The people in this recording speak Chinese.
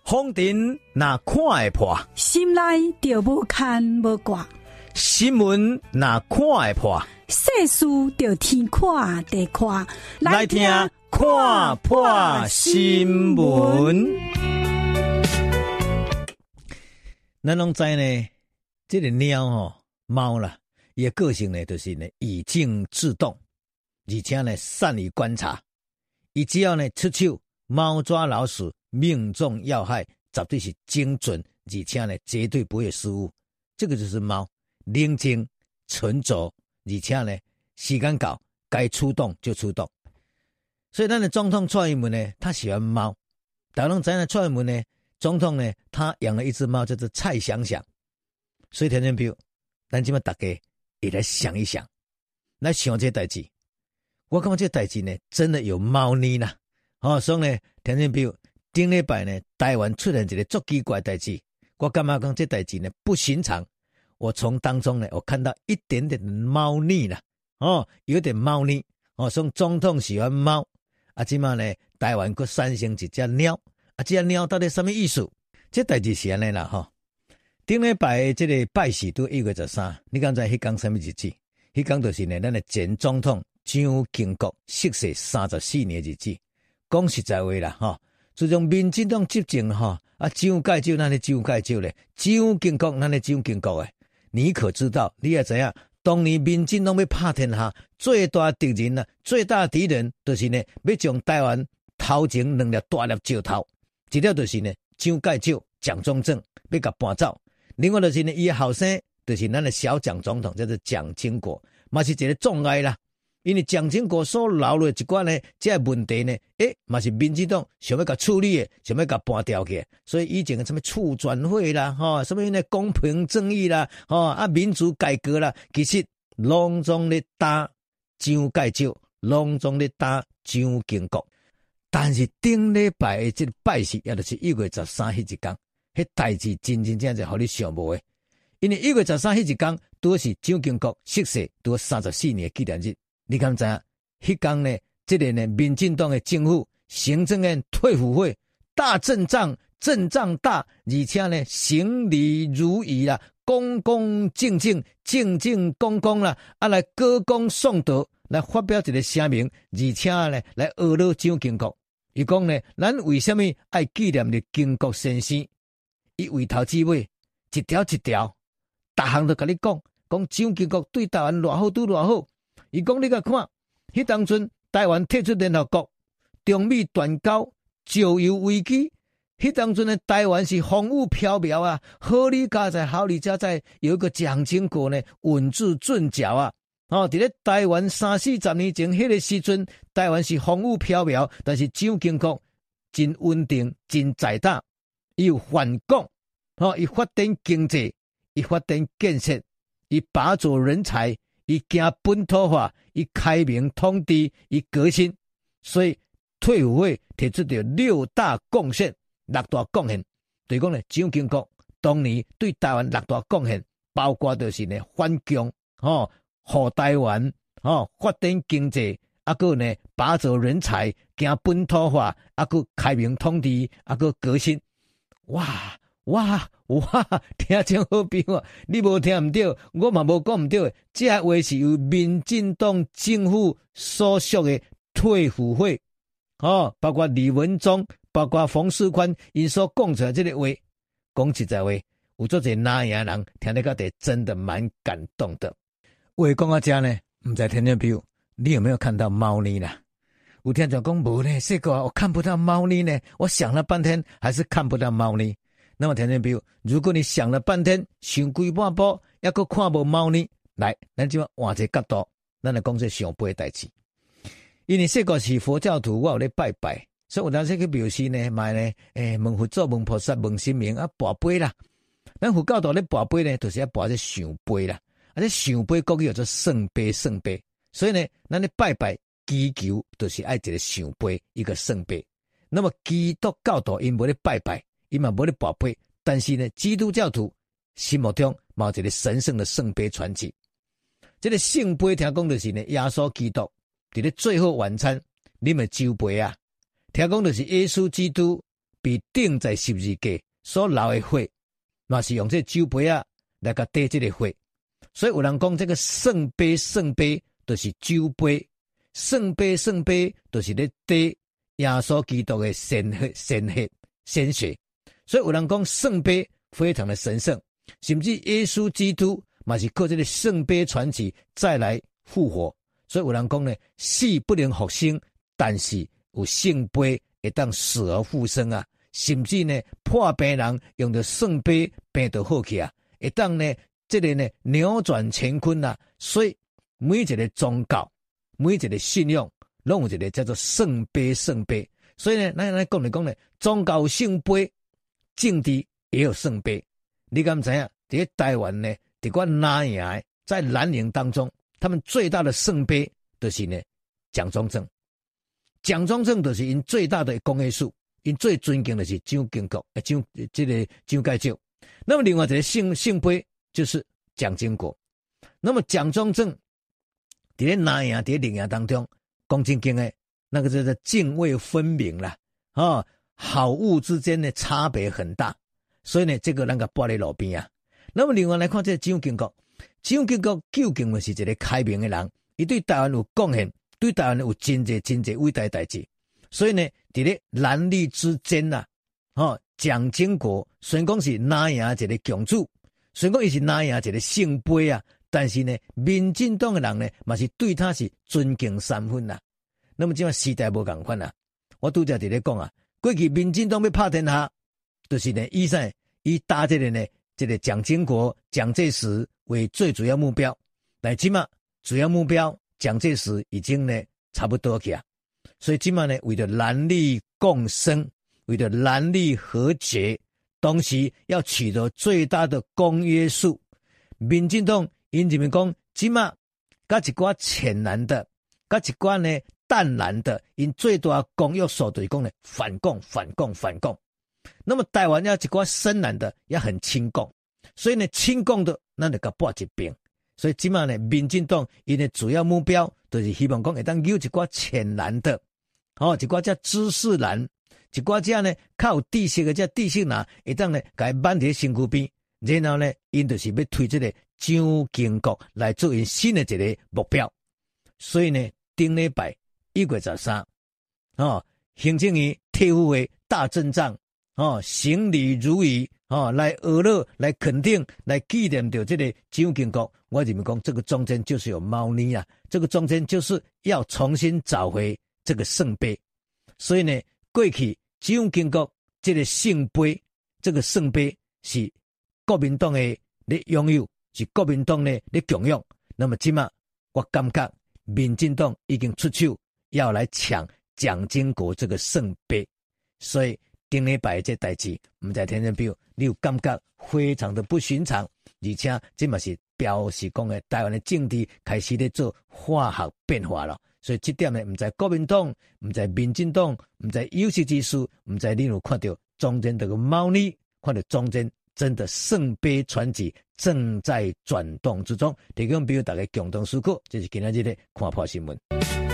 风尘若看会破， 心内就无牵无挂； 新闻若看会破， 世事就天看地看。 来听看破新闻。咱拢知呢，这个鸟猫啦，伊的个性呢，就是呢以静制动，而且呢善于观察。伊只要呢出手，猫抓老鼠，命中要害，绝对是精准，而且呢绝对不会失误。这个就是猫，冷静、沉着，而且呢时间到，该出动就出动。所以咱的总统蔡英文呢，他喜欢猫。大家拢知道蔡英文呢，总统呢，他养了一只猫，叫做蔡想想。所以田中彪，咱今麦大家也来想一想，来想这代志。我感觉这代志呢，真的有猫腻啦。所以呢，田中彪顶礼拜呢，台湾出现一个足奇怪的代志，我感觉讲这代志呢不寻常。我从当中呢，我看到一点点的猫腻啦，有点猫腻。所以总统喜欢猫，今麦呢，台湾佫产生一只鸟。这只鸟到底什么意思？这代志是安尼啦，顶礼拜这个拜喜都1月13，你刚才迄天什么日子？迄天就是呢，咱的前总统蒋经国逝世34年的日子。讲实在话啦，自从民进党执政蒋介石咱的蒋介石咧，蒋经国咱的蒋经国诶，你可知道？你也知影，当年民进党要拍天下，最大敌人啊，最大敌人就是呢，要将台湾头前2粒大粒石头。一条就是呢，蒋介石、蒋中正要甲搬走；另外就是呢，伊后生就是咱的小蒋总统，叫做蒋经国，嘛是一个障碍啦。因为蒋经国所留落一寡呢，这问题呢，嘛是民进党想要甲处理的，想要甲搬掉去。所以以前的什么促转会啦，什么呢公平正义啦，民主改革啦，其实拢总咧打蒋介石，拢总咧打蒋经国。但是顶礼拜的这个拜喜，也就是1月13迄一天，迄代志真正互你想无的。因为1月13迄一天，都是蒋经国逝世都34年纪念日。你敢知影？迄天呢，这个呢，民进党的政府行政院退辅会大阵仗，阵仗大，而且呢，行礼如仪啦，恭恭敬敬，敬敬恭恭啦，来歌功颂德，来发表一个声明，而且呢，来恶落蒋经国。伊讲呢，咱为什么爱纪念你经国先生？伊为头至尾一条一条，逐项都甲你讲蒋经国对台湾偌好，拄偌好。伊讲你甲看，迄当阵台湾退出联合国，中美断交，石油危机。迄当阵的台湾是风雨飘渺啊，好你家在，好你家在，有一个蒋经国呢稳住阵脚啊。伫咧台湾30-40年前迄个时阵，台湾是风雨飘渺，但是蒋经国真稳定，真在打，伊有反共，伊发展经济，伊发展建设，伊拔走人才，伊行本土化，伊开明统治，伊革新，所以退辅会提出了6大贡献、6大贡献，就是讲呢，蒋经国当年对台湾6大贡献，包括就是呢反共，互台湾发展经济，还呢拔走人才，行本土化，还开明统治，还革新。哇！听真好评啊！你无听唔对，我嘛无讲唔对。这话是由民进党政府所属的退辅会，包括李文忠，包括冯世宽，因所讲出来这个话，讲实在话，有做者哪样人听得到底真的蛮感动的。话讲到这呢，唔知听众朋友，你有没有看到猫腻呢？有听众讲无呢，这个我看不到猫腻呢，我想了半天还是看不到猫腻。那么听众朋友，如果你想了半天，想几半步，还阁看无猫腻，来，咱就换一个角度，咱来讲这上杯的代志。因为这个是佛教徒，我有咧拜拜，所以有当时去表示呢，买呢，问佛祖、问菩萨、问神明啊，跋杯啦。咱佛教徒咧跋杯呢，就是要跋这上杯啦。这上杯国语叫做圣杯，圣杯。所以呢，咱咧拜拜祈求，就是爱一个上杯，一个圣杯。那么基督教徒因无咧拜拜。伊嘛无咧跋杯，但是呢，基督教徒心目中嘛有一个神圣的圣杯传奇。这个圣杯听讲就是呢，耶稣基督伫咧最后晚餐啉的酒杯啊，听讲就是耶稣基督被钉在十字架所流的血，嘛是用这酒杯啊来甲滴这个血。所以有人讲这个圣杯，圣杯就是酒杯，圣杯，圣杯就是咧滴耶稣基督的鲜血。所以有人讲圣杯非常的神圣，甚至耶稣基督嘛是靠这个圣杯传奇再来复活。所以有人讲呢，死不能复生，但是有圣杯会当死而复生啊！甚至呢，破病人用着圣杯病就好去啊！会当呢，这个呢扭转乾坤啊！所以每一个宗教，每一个信仰，拢有一个叫做圣杯，圣杯。所以呢，咱讲来讲呢，宗教圣杯，政治也有圣杯。你敢知影？在台湾呢，在我南营，在蓝营当中，他们最大的圣杯就是呢蒋中正。蒋中正就是因最大的公约数，因最尊敬的是蒋经国，蒋介石。那么另外一个圣杯就是蒋经国。那么蒋中正在南营在岭营当中，讲真经的那个叫做泾渭分明啦，好恶之间的差别很大，所以呢，这个咱个摆在路边啊。那么另外来看这个蒋经国，蒋经国究竟是一个开明的人，伊对台湾有贡献。对台湾有真侪伟大的代志，所以呢，在咧蓝绿之间呐，蒋经国虽然讲是南营一个强主，虽然讲伊是南营一个圣杯啊，但是呢，民进党的人呢，嘛是对他是尊敬三分啦。那么即摆时代无共款啦，我拄则伫咧讲啊，过去民进党要拍天下，就是呢，以搭这个呢，这个蒋经国、蒋介石为最主要目标，但即摆主要目标。蒋介石已经呢差不多去啊，所以今晚呢为了蓝绿共生，为了蓝绿和解，同时要取得最大的公约数。民进党因这边讲，今晚甲一寡浅蓝的，甲一寡呢淡蓝的，因最大的公约数就是讲呢反共。那么台湾要一寡深蓝的也很亲共，所以呢亲共的咱就甲摆一边。所以今晚呢，民进党因的主要目标就是希望讲会当有一寡浅蓝的，一寡叫知识蓝，一寡叫呢较有知识的叫知识蓝，会当呢甲伊挽伫身躯边，然后呢，因就是要推这个蒋经国来做因新的一个目标。所以呢，顶礼拜1月13，行政院退伍会大阵仗，行礼如仪。来娱乐，来肯定，来纪念着这个蒋经国。我认为讲，这个中间就是有猫腻啊，这个中间就是要重新找回这个圣杯。所以呢，过去蒋经国这个圣杯，这个圣杯是国民党的咧拥有，是国民党的咧共用。那么今嘛，我感觉民进党已经出手要来抢蒋经国这个圣杯，所以。顶礼拜这代志，唔知听众朋友，你有感觉非常的不寻常，而且这嘛是表示讲的台湾的政治开始咧做化学变化了。所以这点呢，唔知国民党，唔知民进党，唔知有识之士，唔知你有看到中间这个猫腻，看到中间真的圣杯传奇正在转动之中。提供朋友大家共同思考，这是今天日的看破新闻。